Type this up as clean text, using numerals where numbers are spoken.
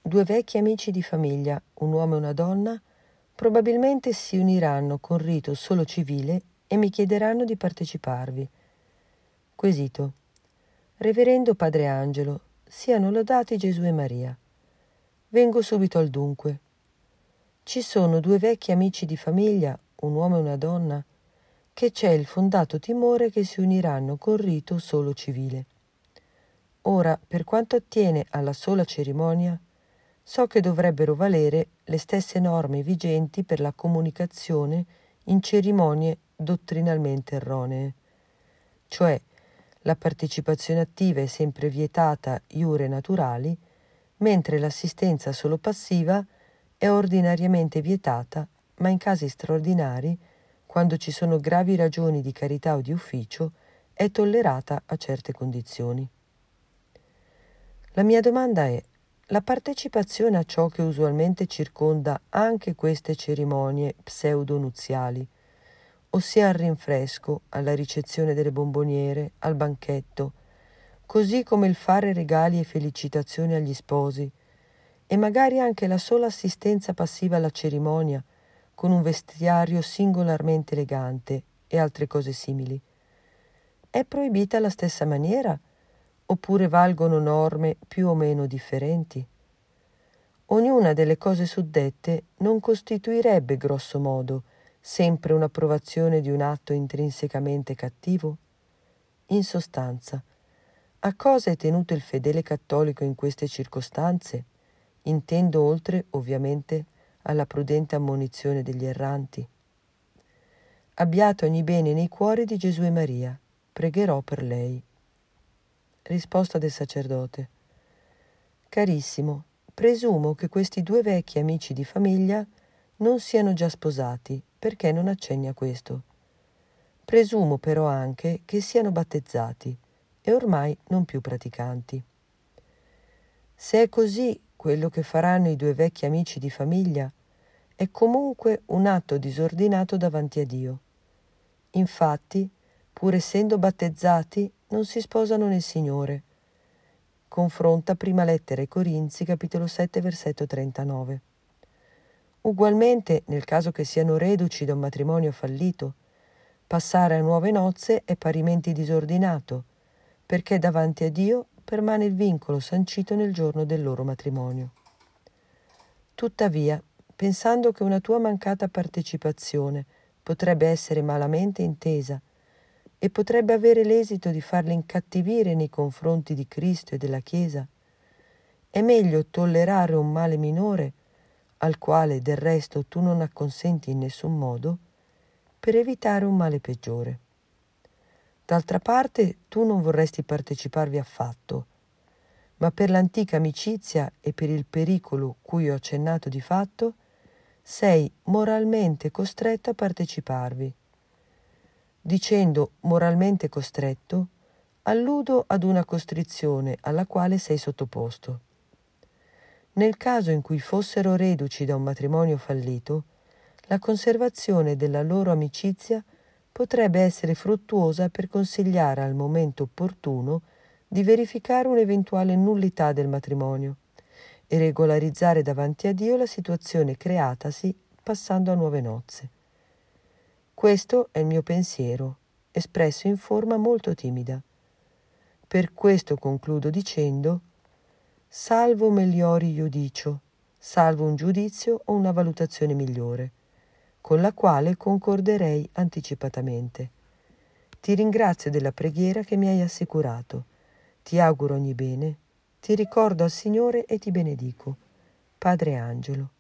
due vecchi amici di famiglia, un uomo e una donna, probabilmente si uniranno con rito solo civile e mi chiederanno di parteciparvi. Quesito. Reverendo Padre Angelo, siano lodati Gesù e Maria. Vengo subito al dunque. Ci sono due vecchi amici di famiglia, un uomo e una donna, che c'è il fondato timore che si uniranno con rito solo civile. Ora, per quanto attiene alla sola cerimonia, so che dovrebbero valere le stesse norme vigenti per la comunicazione in cerimonie dottrinalmente erronee, cioè la partecipazione attiva è sempre vietata iure naturali, mentre l'assistenza solo passiva è ordinariamente vietata, ma in casi straordinari, quando ci sono gravi ragioni di carità o di ufficio, è tollerata a certe condizioni. La mia domanda è: la partecipazione a ciò che usualmente circonda anche queste cerimonie pseudo-nuziali, ossia al rinfresco, alla ricezione delle bomboniere, al banchetto, così come il fare regali e felicitazioni agli sposi, e magari anche la sola assistenza passiva alla cerimonia, con un vestiario singolarmente elegante e altre cose simili, è proibita alla stessa maniera, oppure valgono norme più o meno differenti? Ognuna delle cose suddette non costituirebbe, grosso modo, sempre un'approvazione di un atto intrinsecamente cattivo? In sostanza, a cosa è tenuto il fedele cattolico in queste circostanze? Intendo oltre, ovviamente, alla prudente ammonizione degli erranti. Abbiate ogni bene nei cuori di Gesù e Maria. Pregherò per lei. Risposta del sacerdote. Carissimo, presumo che questi due vecchi amici di famiglia non siano già sposati, perché non accenni a questo. Presumo però anche che siano battezzati e ormai non più praticanti. Se è così, quello che faranno i due vecchi amici di famiglia è comunque un atto disordinato davanti a Dio. Infatti, pur essendo battezzati, non si sposano nel Signore. Confronta Prima Lettera ai Corinzi, capitolo 7, versetto 39. Ugualmente, nel caso che siano reduci da un matrimonio fallito, passare a nuove nozze è parimenti disordinato, perché davanti a Dio permane il vincolo sancito nel giorno del loro matrimonio. Tuttavia, pensando che una tua mancata partecipazione potrebbe essere malamente intesa e potrebbe avere l'esito di farli incattivire nei confronti di Cristo e della Chiesa, è meglio tollerare un male minore, al quale del resto tu non acconsenti in nessun modo, per evitare un male peggiore. D'altra parte tu non vorresti parteciparvi affatto, ma per l'antica amicizia e per il pericolo cui ho accennato di fatto, sei moralmente costretto a parteciparvi. Dicendo moralmente costretto, alludo ad una costrizione alla quale sei sottoposto. Nel caso in cui fossero reduci da un matrimonio fallito, la conservazione della loro amicizia potrebbe essere fruttuosa per consigliare al momento opportuno di verificare un'eventuale nullità del matrimonio e regolarizzare davanti a Dio la situazione creatasi passando a nuove nozze. Questo è il mio pensiero, espresso in forma molto timida. Per questo concludo dicendo: salvo meliori iudicio, salvo un giudizio o una valutazione migliore, con la quale concorderei anticipatamente. Ti ringrazio della preghiera che mi hai assicurato. Ti auguro ogni bene, ti ricordo al Signore e ti benedico. Padre Angelo.